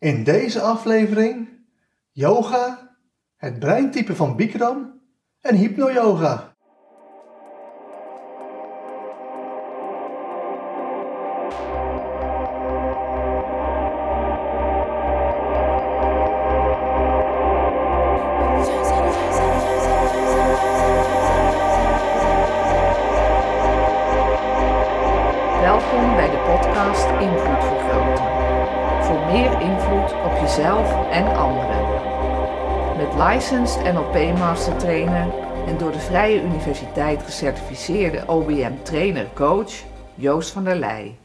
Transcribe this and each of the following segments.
In deze aflevering yoga, het breintype van Bikram en hypno-yoga. Welkom bij de podcast Invloed Vergroten. Voor meer invloed op jezelf en anderen. Met licensed NLP Master Trainer en door de Vrije Universiteit gecertificeerde OBM Trainer Coach Joost van der Leij.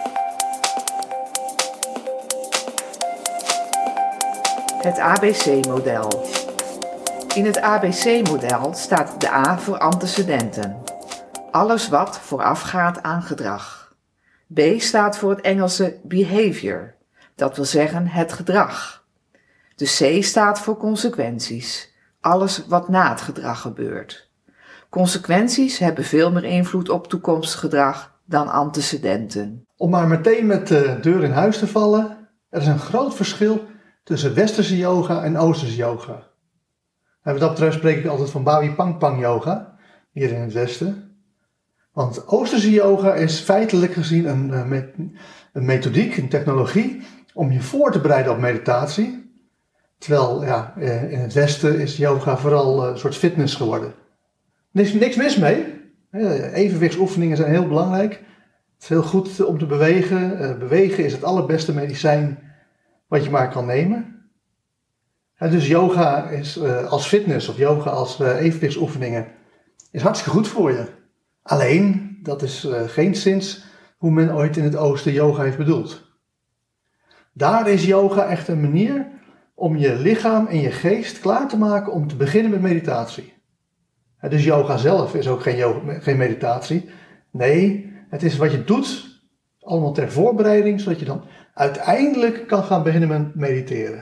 Het ABC-model. In het ABC-model staat de A voor antecedenten. Alles wat voorafgaat aan gedrag. B staat voor het Engelse behavior, dat wil zeggen het gedrag. De C staat voor consequenties, alles wat na het gedrag gebeurt. Consequenties hebben veel meer invloed op toekomstig gedrag dan antecedenten. Om maar meteen met de deur in huis te vallen, er is een groot verschil tussen westerse yoga en oosterse yoga. En wat dat betreft spreek ik altijd van Babi Pang Pang yoga, hier in het westen. Want oosterse yoga is feitelijk gezien een methodiek, een technologie om je voor te bereiden op meditatie. Terwijl in het westen is yoga vooral een soort fitness geworden. Er is niks mis mee. Evenwichtsoefeningen zijn heel belangrijk. Het is heel goed om te bewegen. Bewegen is het allerbeste medicijn wat je maar kan nemen. Dus yoga is als fitness of yoga als evenwichtsoefeningen is hartstikke goed voor je. Alleen, dat is geenszins hoe men ooit in het oosten yoga heeft bedoeld. Daar is yoga echt een manier om je lichaam en je geest klaar te maken om te beginnen met meditatie. Dus yoga zelf is ook geen meditatie. Nee, het is wat je doet, allemaal ter voorbereiding, zodat je dan uiteindelijk kan gaan beginnen met mediteren.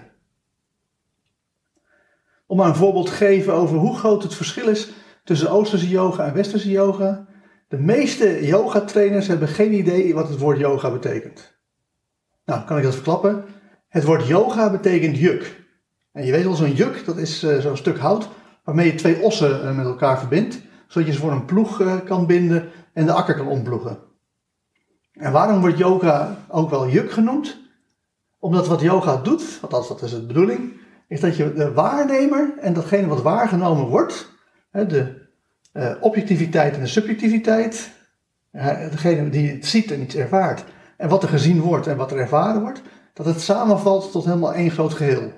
Om maar een voorbeeld te geven over hoe groot het verschil is tussen oosterse yoga en westerse yoga. De meeste yogatrainers hebben geen idee wat het woord yoga betekent. Nou, kan ik dat verklappen? Het woord yoga betekent juk. En je weet wel, zo'n juk, dat is zo'n stuk hout waarmee je twee ossen met elkaar verbindt, zodat je ze voor een ploeg kan binden en de akker kan omploegen. En waarom wordt yoga ook wel juk genoemd? Omdat wat yoga doet, althans dat is de bedoeling, is dat je de waarnemer en datgene wat waargenomen wordt, de objectiviteit en de subjectiviteit, degene die het ziet en iets ervaart, en wat er gezien wordt en wat er ervaren wordt, dat het samenvalt tot helemaal één groot geheel.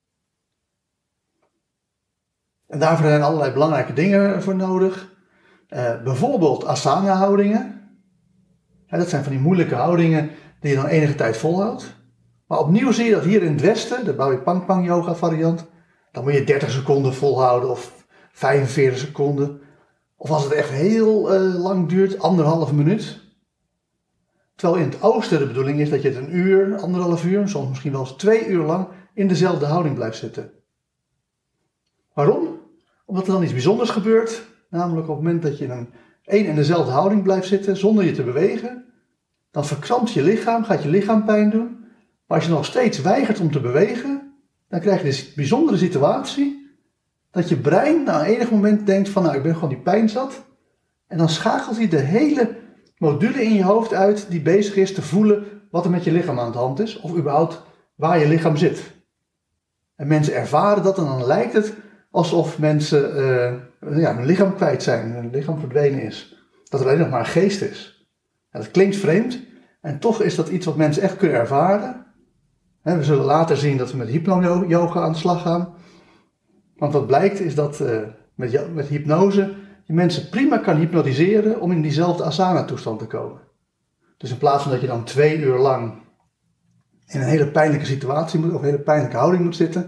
En daarvoor zijn allerlei belangrijke dingen voor nodig. Bijvoorbeeld asana-houdingen. Dat zijn van die moeilijke houdingen die je dan enige tijd volhoudt. Maar opnieuw zie je dat hier in het westen, de Babi Pang Pang yoga variant, dan moet je 30 seconden volhouden of 45 seconden. Of als het echt heel lang duurt, 1,5 minuut. Terwijl in het oosten de bedoeling is dat je het 1 uur, 1,5 uur, soms misschien wel eens 2 uur lang in dezelfde houding blijft zitten. Waarom? Omdat er dan iets bijzonders gebeurt. Namelijk op het moment dat je in één en dezelfde houding blijft zitten zonder je te bewegen. Dan verkrampt je lichaam, gaat je lichaam pijn doen. Maar als je nog steeds weigert om te bewegen, dan krijg je dus bijzondere situatie dat je brein na enig moment denkt van ik ben gewoon die pijn zat. En dan schakelt hij de hele module in je hoofd uit die bezig is te voelen wat er met je lichaam aan de hand is. Of überhaupt waar je lichaam zit. En mensen ervaren dat en dan lijkt het alsof mensen hun lichaam kwijt zijn. Hun lichaam verdwenen is. Dat er alleen nog maar een geest is. En dat klinkt vreemd. En toch is dat iets wat mensen echt kunnen ervaren. We zullen later zien dat we met hypno-yoga aan de slag gaan. Want wat blijkt is dat met hypnose je mensen prima kan hypnotiseren om in diezelfde asana-toestand te komen. Dus in plaats van dat je dan 2 uur lang in een hele pijnlijke situatie moet, of een hele pijnlijke houding moet zitten,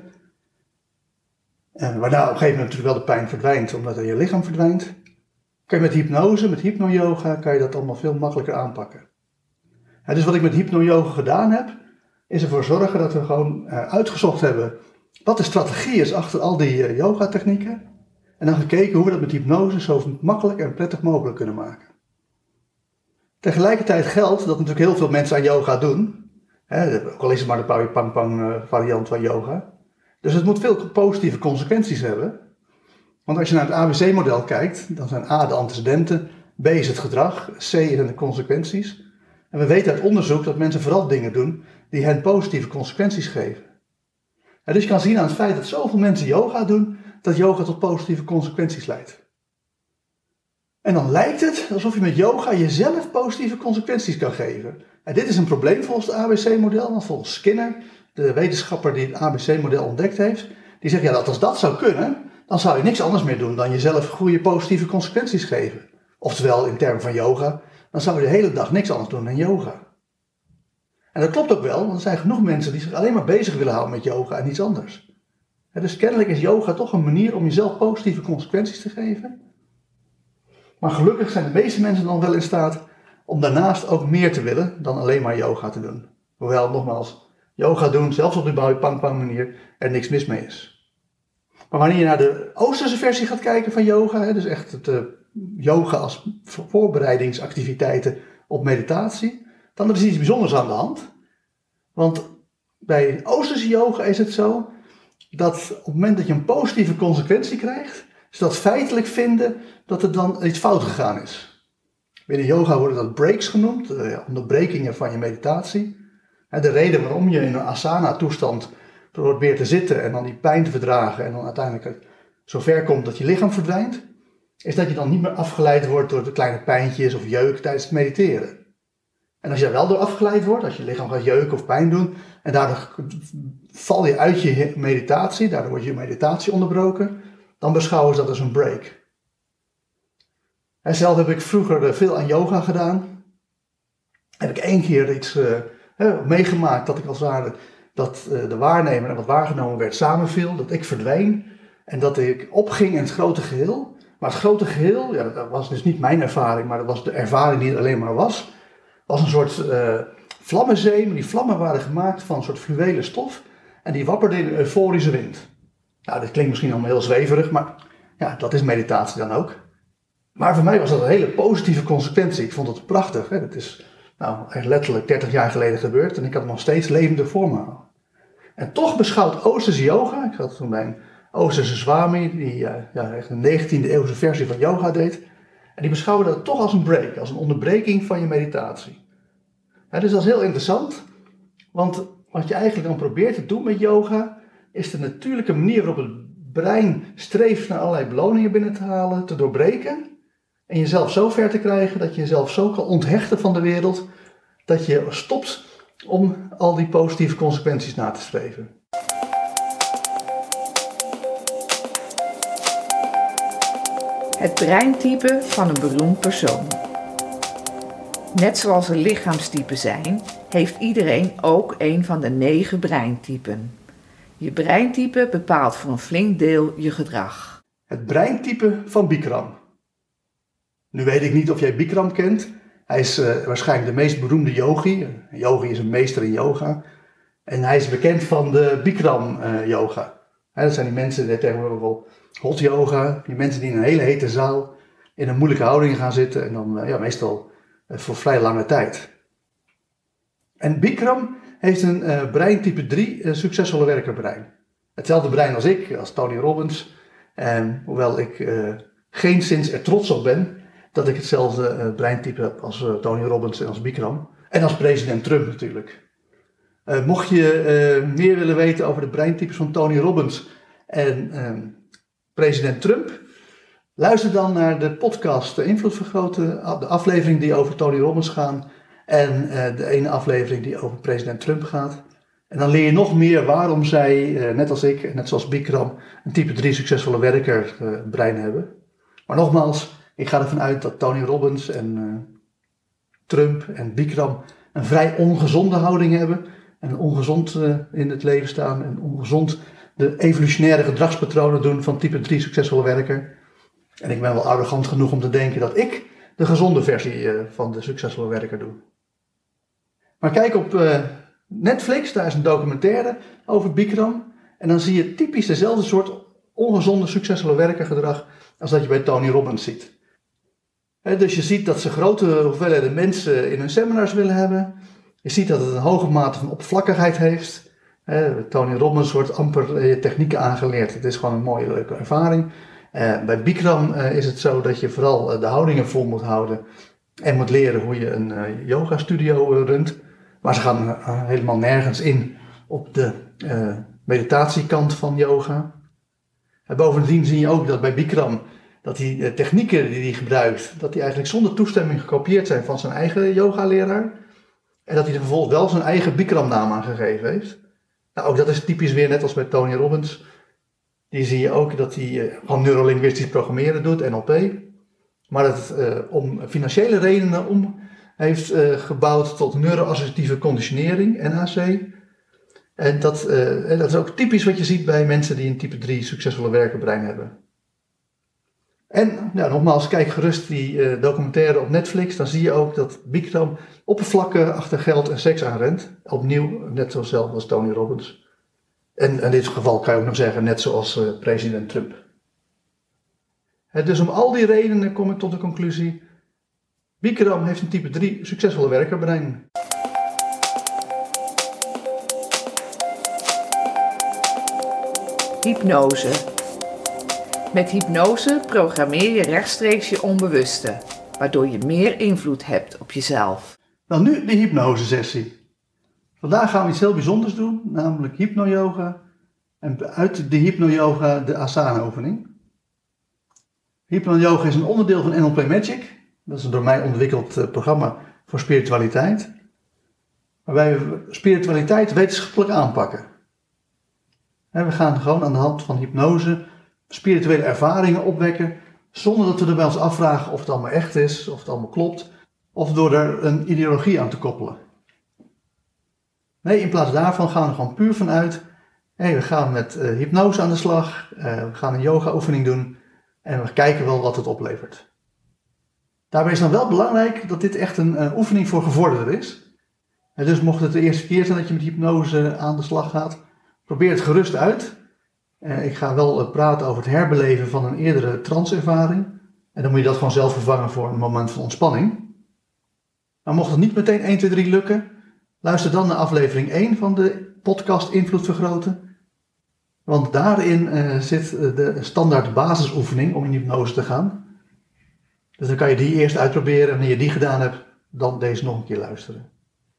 en waarna op een gegeven moment natuurlijk wel de pijn verdwijnt, omdat er je lichaam verdwijnt, kan je met hypnose, met hypno-yoga, kan je dat allemaal veel makkelijker aanpakken. Dus wat ik met hypno-yoga gedaan heb, is ervoor zorgen dat we gewoon uitgezocht hebben wat de strategie is achter al die yoga-technieken. En dan gekeken hoe we dat met hypnose zo makkelijk en prettig mogelijk kunnen maken. Tegelijkertijd geldt dat natuurlijk heel veel mensen aan yoga doen. Ook al is het maar de Paui Pang Pang variant van yoga. Dus het moet veel positieve consequenties hebben. Want als je naar het ABC-model kijkt, dan zijn A de antecedenten, B is het gedrag, C zijn de consequenties. En we weten uit onderzoek dat mensen vooral dingen doen die hen positieve consequenties geven. Dus je kan zien aan het feit dat zoveel mensen yoga doen, dat yoga tot positieve consequenties leidt. En dan lijkt het alsof je met yoga jezelf positieve consequenties kan geven. En dit is een probleem volgens het ABC-model, want volgens Skinner, de wetenschapper die het ABC-model ontdekt heeft, die zegt dat als dat zou kunnen, dan zou je niks anders meer doen dan jezelf goede positieve consequenties geven. Oftewel, in termen van yoga, dan zou je de hele dag niks anders doen dan yoga. En dat klopt ook wel, want er zijn genoeg mensen die zich alleen maar bezig willen houden met yoga en niets anders. Dus kennelijk is yoga toch een manier om jezelf positieve consequenties te geven. Maar gelukkig zijn de meeste mensen dan wel in staat om daarnaast ook meer te willen dan alleen maar yoga te doen. Hoewel, nogmaals, yoga doen, zelfs op de Paui Pang Pang manier, er niks mis mee is. Maar wanneer je naar de Oosterse versie gaat kijken van yoga, dus echt het yoga als voorbereidingsactiviteiten op meditatie, dan is er iets bijzonders aan de hand. Want bij Oosterse yoga is het zo dat op het moment dat je een positieve consequentie krijgt, is dat feitelijk vinden dat er dan iets fout gegaan is. Binnen yoga worden dat breaks genoemd, onderbrekingen van je meditatie. De reden waarom je in een asana-toestand probeert te zitten en dan die pijn te verdragen en dan uiteindelijk zover komt dat je lichaam verdwijnt, is dat je dan niet meer afgeleid wordt door de kleine pijntjes of jeuk tijdens het mediteren. En als je er wel door afgeleid wordt, als je lichaam gaat jeuken of pijn doen en daardoor val je uit je meditatie, daardoor wordt je meditatie onderbroken, dan beschouwen ze dat als een break. En zelf heb ik vroeger veel aan yoga gedaan. Heb ik 1 keer iets meegemaakt dat ik als het ware dat de waarnemer en wat waargenomen werd samenviel, dat ik verdween en dat ik opging in het grote geheel. Maar het grote geheel, dat was dus niet mijn ervaring, maar dat was de ervaring die er alleen maar was een soort vlammenzee, maar die vlammen waren gemaakt van een soort fluwelen stof en die wapperden in een euforische wind. Nou, dit klinkt misschien allemaal heel zweverig, maar ja, dat is meditatie dan ook. Maar voor mij was dat een hele positieve consequentie. Ik vond het prachtig. Dat is echt letterlijk 30 jaar geleden gebeurd en ik had het nog steeds levendig voor me. En toch beschouwt Oosterse yoga, ik zat toen bij een Oosterse swami, die echt een 19e eeuwse versie van yoga deed. En die beschouwen dat toch als een break, als een onderbreking van je meditatie. Dus dat is heel interessant, want wat je eigenlijk dan probeert te doen met yoga, is de natuurlijke manier waarop het brein streeft naar allerlei beloningen binnen te halen, te doorbreken. En jezelf zo ver te krijgen dat je jezelf zo kan onthechten van de wereld, dat je stopt om al die positieve consequenties na te streven. Het breintype van een beroemd persoon. Net zoals er lichaamstypen zijn, heeft iedereen ook een van de 9 breintypen. Je breintype bepaalt voor een flink deel je gedrag. Het breintype van Bikram. Nu weet ik niet of jij Bikram kent. Hij is waarschijnlijk de meest beroemde yogi. Een yogi is een meester in yoga. En hij is bekend van de Bikram yoga. Dat zijn die mensen die tegenwoordig wel hot yoga. Die mensen die in een hele hete zaal in een moeilijke houding gaan zitten. En dan meestal voor vrij lange tijd. En Bikram heeft een breintype 3 succesvolle werkerbrein. Hetzelfde brein als ik, als Tony Robbins. En hoewel ik geenszins er trots op ben dat ik hetzelfde breintype heb als Tony Robbins en als Bikram. En als president Trump natuurlijk. Mocht je meer willen weten over de breintypes van Tony Robbins en president Trump, luister dan naar de podcast Invloed Vergroten, de aflevering die over Tony Robbins gaat en de ene aflevering die over president Trump gaat. En dan leer je nog meer waarom zij, net als ik, net zoals Bikram, een type 3 succesvolle werker brein hebben. Maar nogmaals, ik ga ervan uit dat Tony Robbins en Trump en Bikram een vrij ongezonde houding hebben. En ongezond in het leven staan en ongezond de evolutionaire gedragspatronen doen van type 3 succesvolle werker. En ik ben wel arrogant genoeg om te denken dat ik de gezonde versie van de succesvolle werker doe. Maar kijk op Netflix, daar is een documentaire over Bikram. En dan zie je typisch dezelfde soort ongezonde succesvolle werkergedrag als dat je bij Tony Robbins ziet. Dus je ziet dat ze grote hoeveelheden mensen in hun seminars willen hebben. Je ziet dat het een hoge mate van oppervlakkigheid heeft. Tony Robbins wordt amper technieken aangeleerd. Het is gewoon een mooie, leuke ervaring. Bij Bikram is het zo dat je vooral de houdingen vol moet houden en moet leren hoe je een yoga studio runt. Maar ze gaan helemaal nergens in op de meditatiekant van yoga. Bovendien zie je ook dat bij Bikram dat die technieken die hij gebruikt, dat die eigenlijk zonder toestemming gekopieerd zijn van zijn eigen yoga-leraar. En dat hij er vervolgens wel zijn eigen Bikram-naam aan gegeven heeft. Nou, ook dat is typisch weer net als bij Tony Robbins. Die zie je ook dat hij gewoon neurolinguistisch programmeren doet, NLP. Maar dat het om financiële redenen om heeft gebouwd tot neuroassociatieve conditionering, NAC. En dat is ook typisch wat je ziet bij mensen die een type 3 succesvolle werkenbrein hebben. En nogmaals, kijk gerust die documentaire op Netflix. Dan zie je ook dat Bikram oppervlakken achter geld en seks aanrent. Opnieuw, net zo zelf als Tony Robbins. En in dit geval kan je ook nog zeggen, net zoals president Trump. Dus om al die redenen kom ik tot de conclusie. Bikram heeft een type 3 succesvolle werkerbrein. Hypnose. Met hypnose programmeer je rechtstreeks je onbewuste, waardoor je meer invloed hebt op jezelf. Dan nu de hypnosesessie. Vandaag gaan we iets heel bijzonders doen, namelijk hypno-yoga. En uit de hypno-yoga de asana-oefening. Hypno-yoga is een onderdeel van NLP Magic. Dat is een door mij ontwikkeld programma voor spiritualiteit. Waarbij we spiritualiteit wetenschappelijk aanpakken. En we gaan gewoon aan de hand van hypnose spirituele ervaringen opwekken, zonder dat we er bij ons afvragen of het allemaal echt is, of het allemaal klopt, of door er een ideologie aan te koppelen. Nee, in plaats daarvan gaan we gewoon puur vanuit, we gaan met hypnose aan de slag, we gaan een yoga-oefening doen en we kijken wel wat het oplevert. Daarbij is dan wel belangrijk dat dit echt een oefening voor gevorderden is. En dus mocht het de eerste keer zijn dat je met hypnose aan de slag gaat, probeer het gerust uit. Ik ga wel praten over het herbeleven van een eerdere tranceervaring. En dan moet je dat gewoon zelf vervangen voor een moment van ontspanning. Maar mocht het niet meteen 1, 2, 3 lukken, luister dan naar aflevering 1 van de podcast Invloed Vergroten. Want daarin zit de standaard basisoefening om in hypnose te gaan. Dus dan kan je die eerst uitproberen en wanneer je die gedaan hebt, dan deze nog een keer luisteren.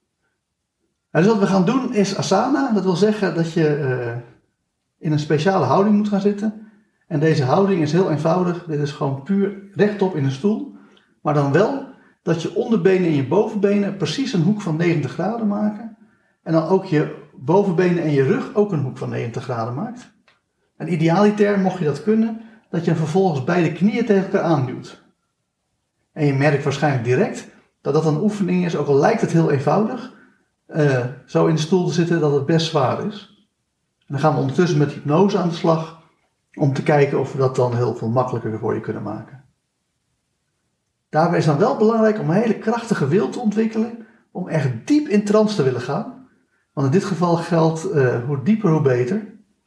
Dus wat we gaan doen is asana. Dat wil zeggen dat je in een speciale houding moet gaan zitten. En deze houding is heel eenvoudig. Dit is gewoon puur rechtop in een stoel. Maar dan wel dat je onderbenen en je bovenbenen precies een hoek van 90 graden maken. En dan ook je bovenbenen en je rug ook een hoek van 90 graden maakt. En idealiter, mocht je dat kunnen, dat je vervolgens beide knieën tegen elkaar aanduwt. En je merkt waarschijnlijk direct dat dat een oefening is, ook al lijkt het heel eenvoudig, zo in de stoel te zitten dat het best zwaar is. En dan gaan we ondertussen met hypnose aan de slag om te kijken of we dat dan heel veel makkelijker voor je kunnen maken. Daarbij is dan wel belangrijk om een hele krachtige wil te ontwikkelen om echt diep in trance te willen gaan. Want in dit geval geldt hoe dieper hoe beter.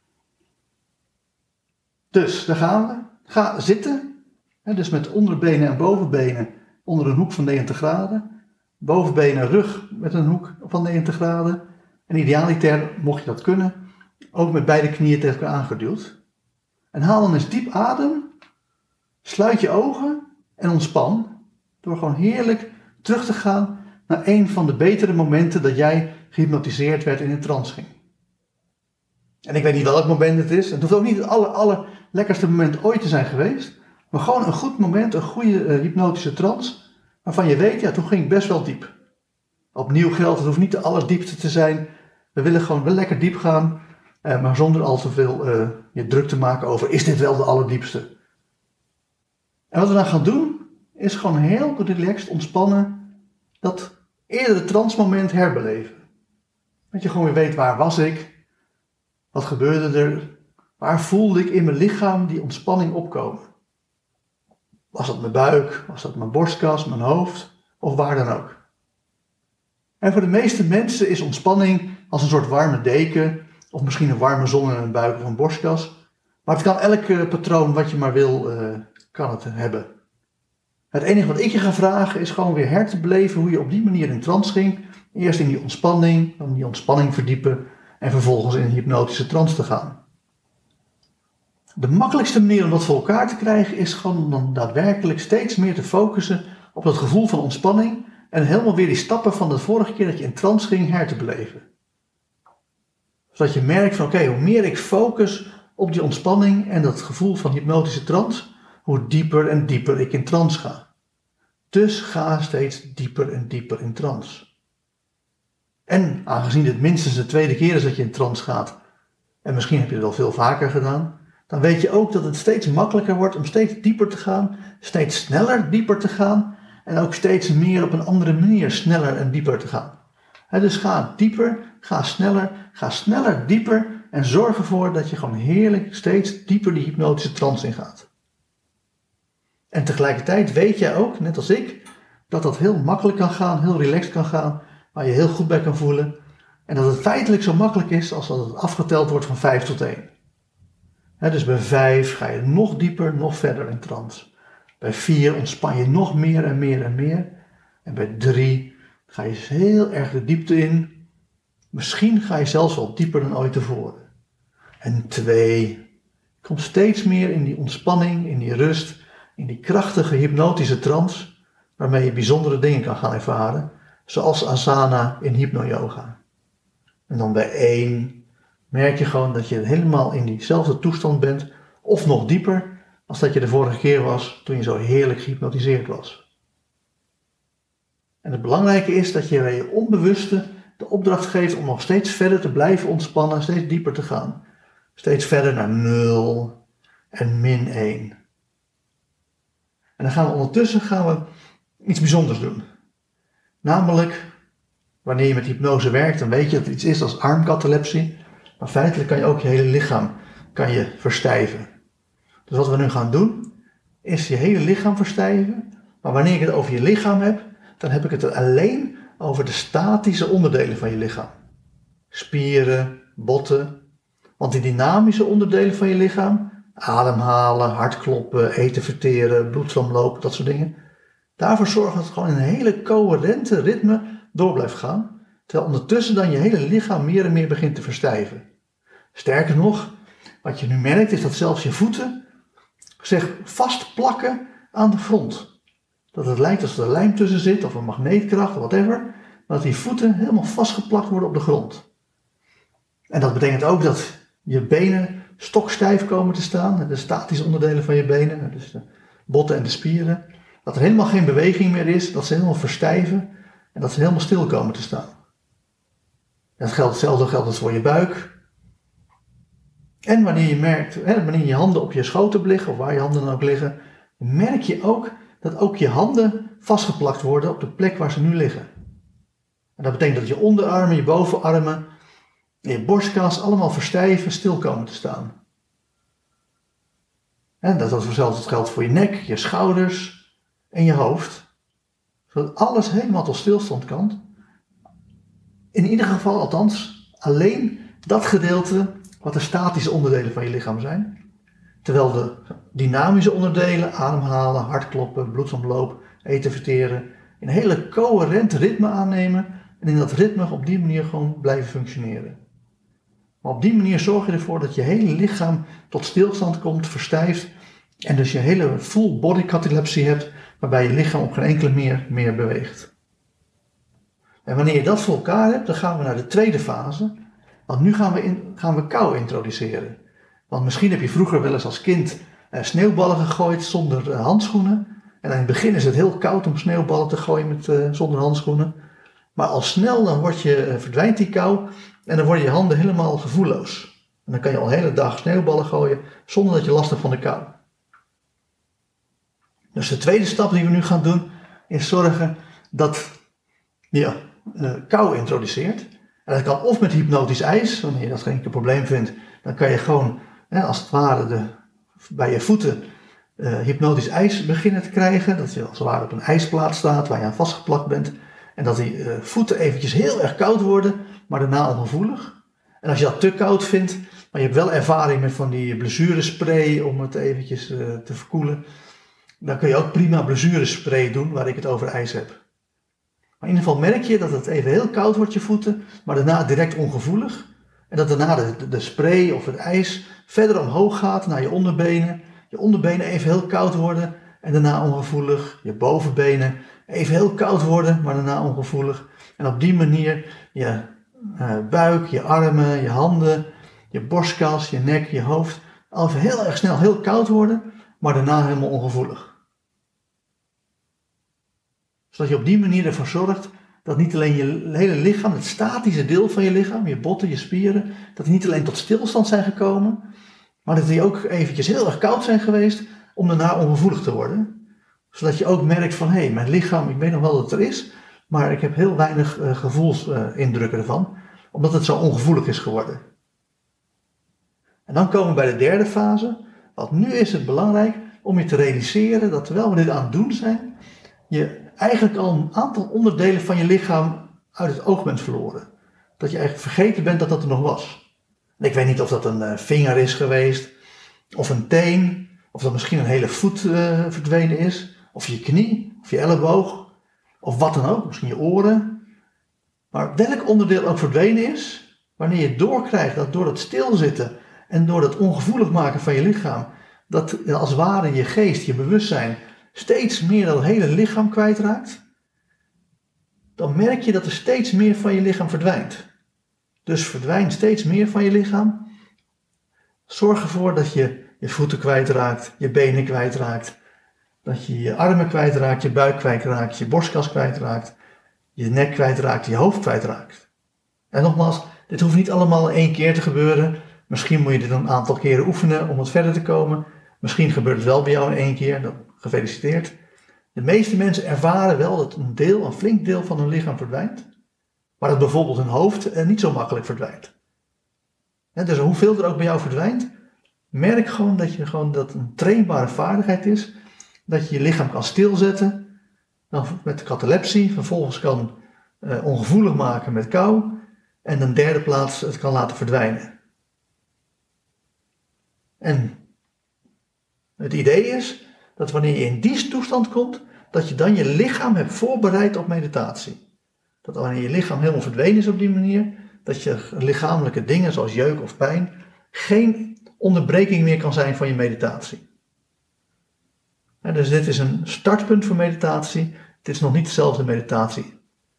Dus daar gaan we. Ga zitten. Dus met onderbenen en bovenbenen onder een hoek van 90 graden. Bovenbenen, rug met een hoek van 90 graden. En idealiter, mocht je dat kunnen, ook met beide knieën tegen elkaar aangeduwd. En haal dan eens diep adem. Sluit je ogen en ontspan. Door gewoon heerlijk terug te gaan naar een van de betere momenten dat jij gehypnotiseerd werd in een trance ging. En ik weet niet welk moment het is. Het hoeft ook niet het allerlekkerste moment ooit te zijn geweest. Maar gewoon een goed moment, een goede hypnotische trance. Waarvan je weet, ja, toen ging ik best wel diep. Opnieuw geldt, het hoeft niet de allerdiepste te zijn. We willen gewoon wel lekker diep gaan. Maar zonder al te veel je druk te maken over, is dit wel de allerdiepste? En wat we dan gaan doen, is gewoon heel relaxed, ontspannen, dat eerdere transmoment herbeleven. Dat je gewoon weer weet, waar was ik? Wat gebeurde er? Waar voelde ik in mijn lichaam die ontspanning opkomen? Was dat mijn buik? Was dat mijn borstkas, mijn hoofd? Of waar dan ook? En voor de meeste mensen is ontspanning als een soort warme deken, of misschien een warme zon in een buik of een borstkas. Maar het kan elk patroon wat je maar wil, kan het hebben. Het enige wat ik je ga vragen is gewoon weer her te beleven hoe je op die manier in trance ging Eerst in die ontspanning, dan die ontspanning verdiepen en vervolgens in een hypnotische trance te gaan. De makkelijkste manier om dat voor elkaar te krijgen is gewoon om dan daadwerkelijk steeds meer te focussen op dat gevoel van ontspanning en helemaal weer die stappen van de vorige keer dat je in trance ging her te beleven. Zodat je merkt van oké, hoe meer ik focus op die ontspanning en dat gevoel van hypnotische trance, hoe dieper en dieper ik in trance ga. Dus ga steeds dieper en dieper in trance. En aangezien het minstens de tweede keer is dat je in trance gaat, en misschien heb je het al veel vaker gedaan, dan weet je ook dat het steeds makkelijker wordt om steeds dieper te gaan, steeds sneller dieper te gaan en ook steeds meer op een andere manier sneller en dieper te gaan. Dus ga dieper, ga sneller dieper en zorg ervoor dat je gewoon heerlijk steeds dieper die hypnotische trance ingaat. En tegelijkertijd weet jij ook, net als ik, dat dat heel makkelijk kan gaan, heel relaxed kan gaan, waar je heel goed bij kan voelen. En dat het feitelijk zo makkelijk is als dat het afgeteld wordt van 5 tot 1. Dus bij 5 ga je nog dieper, nog verder in trance. Bij 4 ontspan je nog meer en meer en meer. En bij 3 ga je heel erg de diepte in. Misschien ga je zelfs wel dieper dan ooit tevoren. En 2 komt steeds meer in die ontspanning, in die rust, in die krachtige hypnotische trance, waarmee je bijzondere dingen kan gaan ervaren, zoals asana in hypno-yoga. En dan bij 1 merk je gewoon dat je helemaal in diezelfde toestand bent, of nog dieper, als dat je de vorige keer was toen je zo heerlijk gehypnotiseerd was. En het belangrijke is dat je bij je onbewuste de opdracht geeft om nog steeds verder te blijven ontspannen, steeds dieper te gaan. Steeds verder naar 0 en -1. En dan gaan we ondertussen iets bijzonders doen. Namelijk, wanneer je met hypnose werkt, dan weet je dat het iets is als armkatalepsie. Maar feitelijk kan je ook je hele lichaam verstijven. Dus wat we nu gaan doen, is je hele lichaam verstijven. Maar wanneer ik het over je lichaam heb, dan heb ik het alleen over de statische onderdelen van je lichaam. Spieren, botten. Want die dynamische onderdelen van je lichaam, ademhalen, hartkloppen, eten verteren, bloedstroomlopen, dat soort dingen. Daarvoor zorgen dat het gewoon in een hele coherente ritme door blijft gaan. Terwijl ondertussen dan je hele lichaam meer en meer begint te verstijven. Sterker nog, wat je nu merkt is dat zelfs je voeten zich vastplakken aan de grond. Dat het lijkt alsof er lijm tussen zit of een magneetkracht of whatever. Maar dat die voeten helemaal vastgeplakt worden op de grond. En dat betekent ook dat je benen stokstijf komen te staan. De statische onderdelen van je benen, dus de botten en de spieren. Dat er helemaal geen beweging meer is, dat ze helemaal verstijven en dat ze helemaal stil komen te staan. Hetzelfde geldt dus voor je buik. En wanneer je merkt, wanneer je handen op je schoot liggen, of waar je handen dan ook liggen, merk je ook dat ook je handen vastgeplakt worden op de plek waar ze nu liggen. En dat betekent dat je onderarmen, je bovenarmen en je borstkas allemaal verstijven, stil komen te staan. En dat geldt voor je nek, je schouders en je hoofd. Zodat alles helemaal tot stilstand kan. In ieder geval althans alleen dat gedeelte wat de statische onderdelen van je lichaam zijn. Terwijl de dynamische onderdelen, ademhalen, hartkloppen, bloedsomloop, eten verteren, een hele coherent ritme aannemen en in dat ritme op die manier gewoon blijven functioneren. Maar op die manier zorg je ervoor dat je hele lichaam tot stilstand komt, verstijft en dus je hele full body catalepsie hebt, waarbij je lichaam op geen enkele meer beweegt. En wanneer je dat voor elkaar hebt, dan gaan we naar de tweede fase. Want nu gaan we kou introduceren. Want misschien heb je vroeger wel eens als kind sneeuwballen gegooid zonder handschoenen. En in het begin is het heel koud om sneeuwballen te gooien zonder handschoenen. Maar al snel dan verdwijnt die kou en dan worden je handen helemaal gevoelloos. En dan kan je al de hele dag sneeuwballen gooien zonder dat je last hebt van de kou. Dus de tweede stap die we nu gaan doen is zorgen dat je kou introduceert. En dat kan of met hypnotisch ijs, wanneer je dat geen probleem vindt, dan kan je gewoon als het ware bij je voeten hypnotisch ijs beginnen te krijgen. Dat je als het ware op een ijsplaat staat waar je aan vastgeplakt bent. En dat die voeten eventjes heel erg koud worden, maar daarna ongevoelig. En als je dat te koud vindt, maar je hebt wel ervaring met van die blessurespray om het eventjes te verkoelen, dan kun je ook prima blessurespray doen waar ik het over ijs heb. Maar in ieder geval merk je dat het even heel koud wordt, je voeten, maar daarna direct ongevoelig. En dat daarna de spray of het ijs verder omhoog gaat naar je onderbenen. Je onderbenen even heel koud worden en daarna ongevoelig. Je bovenbenen even heel koud worden, maar daarna ongevoelig. En op die manier je buik, je armen, je handen, je borstkas, je nek, je hoofd al even heel erg snel heel koud worden, maar daarna helemaal ongevoelig. Zodat je op die manier ervoor zorgt dat niet alleen je hele lichaam, het statische deel van je lichaam, je botten, je spieren, dat die niet alleen tot stilstand zijn gekomen, maar dat die ook eventjes heel erg koud zijn geweest om daarna ongevoelig te worden. Zodat je ook merkt van, hé, mijn lichaam, ik weet nog wel dat het er is, maar ik heb heel weinig gevoelsindrukken ervan, omdat het zo ongevoelig is geworden. En dan komen we bij de derde fase, want nu is het belangrijk om je te realiseren dat terwijl we dit aan het doen zijn, je eigenlijk al een aantal onderdelen van je lichaam uit het oog bent verloren. Dat je eigenlijk vergeten bent dat dat er nog was. En ik weet niet of dat een vinger is geweest, of een teen, of dat misschien een hele voet verdwenen is, of je knie, of je elleboog, of wat dan ook, misschien je oren. Maar welk onderdeel ook verdwenen is, wanneer je doorkrijgt dat door het stilzitten en door het ongevoelig maken van je lichaam, dat als het ware je geest, je bewustzijn, steeds meer dat hele lichaam kwijtraakt, dan merk je dat er steeds meer van je lichaam verdwijnt. Dus verdwijnt steeds meer van je lichaam. Zorg ervoor dat je je voeten kwijtraakt, je benen kwijtraakt, dat je je armen kwijtraakt, je buik kwijtraakt, je borstkas kwijtraakt, je nek kwijtraakt, je hoofd kwijtraakt. En nogmaals, dit hoeft niet allemaal in één keer te gebeuren. Misschien moet je dit een aantal keren oefenen om wat verder te komen. Misschien gebeurt het wel bij jou in één keer, dan gefeliciteerd. De meeste mensen ervaren wel dat een flink deel van hun lichaam verdwijnt, maar dat bijvoorbeeld hun hoofd niet zo makkelijk verdwijnt. Dus hoeveel er ook bij jou verdwijnt, merk gewoon dat een trainbare vaardigheid is, dat je je lichaam kan stilzetten, dan met de catalepsie, vervolgens kan ongevoelig maken met kou en in derde plaats het kan laten verdwijnen. En het idee is dat wanneer je in die toestand komt, dat je dan je lichaam hebt voorbereid op meditatie. Dat wanneer je lichaam helemaal verdwenen is op die manier, dat je lichamelijke dingen zoals jeuk of pijn geen onderbreking meer kan zijn van je meditatie. Dus dit is een startpunt voor meditatie. Het is nog niet dezelfde meditatie.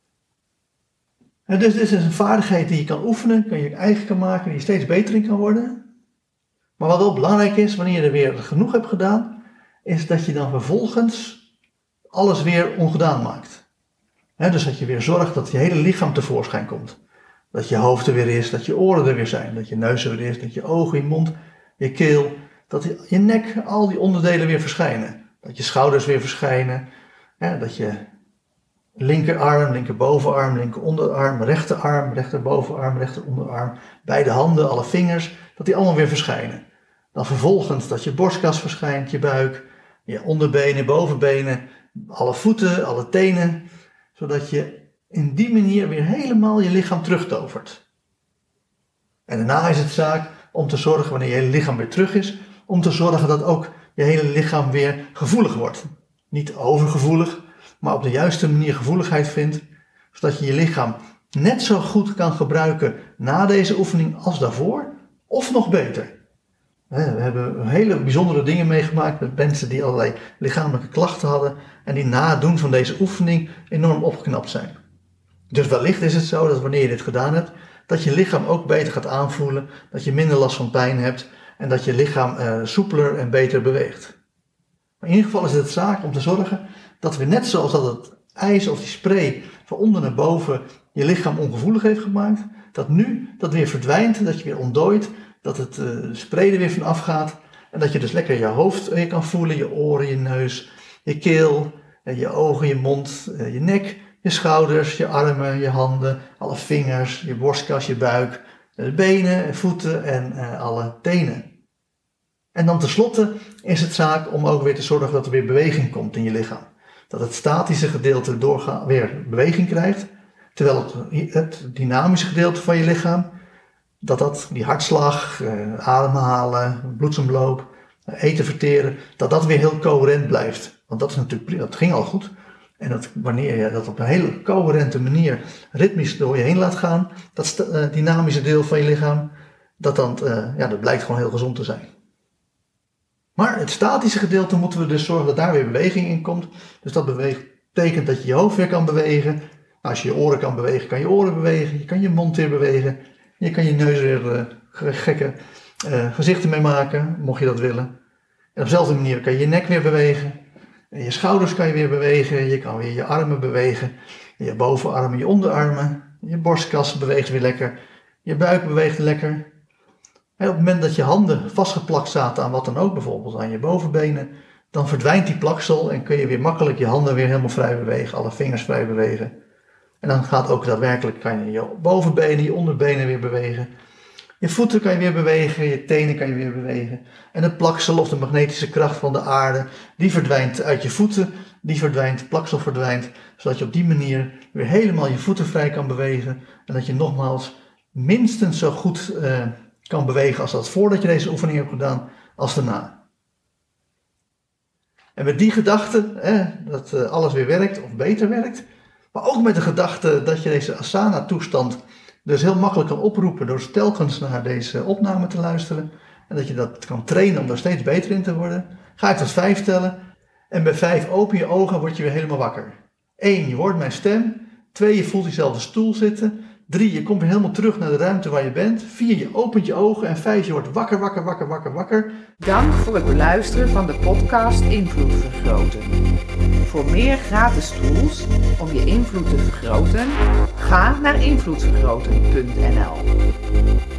Dus dit is een vaardigheid die je kan oefenen, kan je eigen kan maken, die je steeds beter in kan worden. Maar wat wel belangrijk is, wanneer je er weer genoeg hebt gedaan, is dat je dan vervolgens alles weer ongedaan maakt. Dus dat je weer zorgt dat je hele lichaam tevoorschijn komt. Dat je hoofd er weer is, dat je oren er weer zijn, dat je neus er weer is, dat je ogen, je mond, je keel, dat je nek, al die onderdelen weer verschijnen. Dat je schouders weer verschijnen, dat je linkerarm, linkerbovenarm, linkeronderarm, rechterbovenarm, rechteronderarm, beide handen, alle vingers, dat die allemaal weer verschijnen. Dan vervolgens dat je borstkas verschijnt, je buik, je onderbenen, bovenbenen, alle voeten, alle tenen, zodat je in die manier weer helemaal je lichaam terugtovert. En daarna is het zaak om te zorgen, wanneer je hele lichaam weer terug is, om te zorgen dat ook je hele lichaam weer gevoelig wordt. Niet overgevoelig, maar op de juiste manier gevoeligheid vindt, zodat je je lichaam net zo goed kan gebruiken na deze oefening als daarvoor, of nog beter. We hebben hele bijzondere dingen meegemaakt met mensen die allerlei lichamelijke klachten hadden en die na het doen van deze oefening enorm opgeknapt zijn. Dus wellicht is het zo dat wanneer je dit gedaan hebt, dat je lichaam ook beter gaat aanvoelen, dat je minder last van pijn hebt en dat je lichaam soepeler en beter beweegt. Maar in ieder geval is het zaak om te zorgen dat we net zoals dat het ijs of die spray van onder naar boven je lichaam ongevoelig heeft gemaakt, dat nu dat weer verdwijnt, dat je weer ontdooit, dat het spray er weer van afgaat en dat je dus lekker je hoofd weer kan voelen, je oren, je neus, je keel, je ogen, je mond, je nek, je schouders, je armen, je handen, alle vingers, je borstkas, je buik, de benen, voeten en alle tenen. En dan tenslotte is het zaak om ook weer te zorgen dat er weer beweging komt in je lichaam. Dat het statische gedeelte weer beweging krijgt, terwijl het dynamische gedeelte van je lichaam, die hartslag, ademhalen, bloedsomloop, eten verteren, dat weer heel coherent blijft. Want dat ging al goed. En wanneer je dat op een hele coherente manier ritmisch door je heen laat gaan, dat dynamische deel van je lichaam, dat blijkt gewoon heel gezond te zijn. Maar het statische gedeelte moeten we dus zorgen dat daar weer beweging in komt. Dus dat betekent dat je je hoofd weer kan bewegen. Als je je oren kan bewegen, kan je oren bewegen. Je kan je mond weer bewegen. Je kan je neus weer gekke gezichten mee maken, mocht je dat willen. En op dezelfde manier kan je je nek weer bewegen. En je schouders kan je weer bewegen. Je kan weer je armen bewegen. Je bovenarmen, je onderarmen. Je borstkas beweegt weer lekker. Je buik beweegt lekker. En op het moment dat je handen vastgeplakt zaten aan wat dan ook, bijvoorbeeld aan je bovenbenen, dan verdwijnt die plaksel en kun je weer makkelijk je handen weer helemaal vrij bewegen, alle vingers vrij bewegen. En dan gaat ook daadwerkelijk, kan je je bovenbenen, je onderbenen weer bewegen. Je voeten kan je weer bewegen, je tenen kan je weer bewegen. En het plaksel of de magnetische kracht van de aarde, die verdwijnt uit je voeten, die verdwijnt, het plaksel verdwijnt, zodat je op die manier weer helemaal je voeten vrij kan bewegen. En dat je nogmaals minstens zo goed kan bewegen als dat voordat je deze oefening hebt gedaan, als daarna. En met die gedachte, dat alles weer werkt of beter werkt, maar ook met de gedachte dat je deze asana-toestand dus heel makkelijk kan oproepen door telkens naar deze opname te luisteren en dat je dat kan trainen om daar steeds beter in te worden, ga ik tot 5 tellen en bij 5 open je ogen, word je weer helemaal wakker. 1, je hoort mijn stem. 2, je voelt jezelf op de stoel zitten. 3, je komt weer helemaal terug naar de ruimte waar je bent. 4, je opent je ogen. En 5, je wordt wakker. Dank voor het beluisteren van de podcast Invloed Vergroten. Voor meer gratis tools om je invloed te vergroten, ga naar invloedvergroten.nl.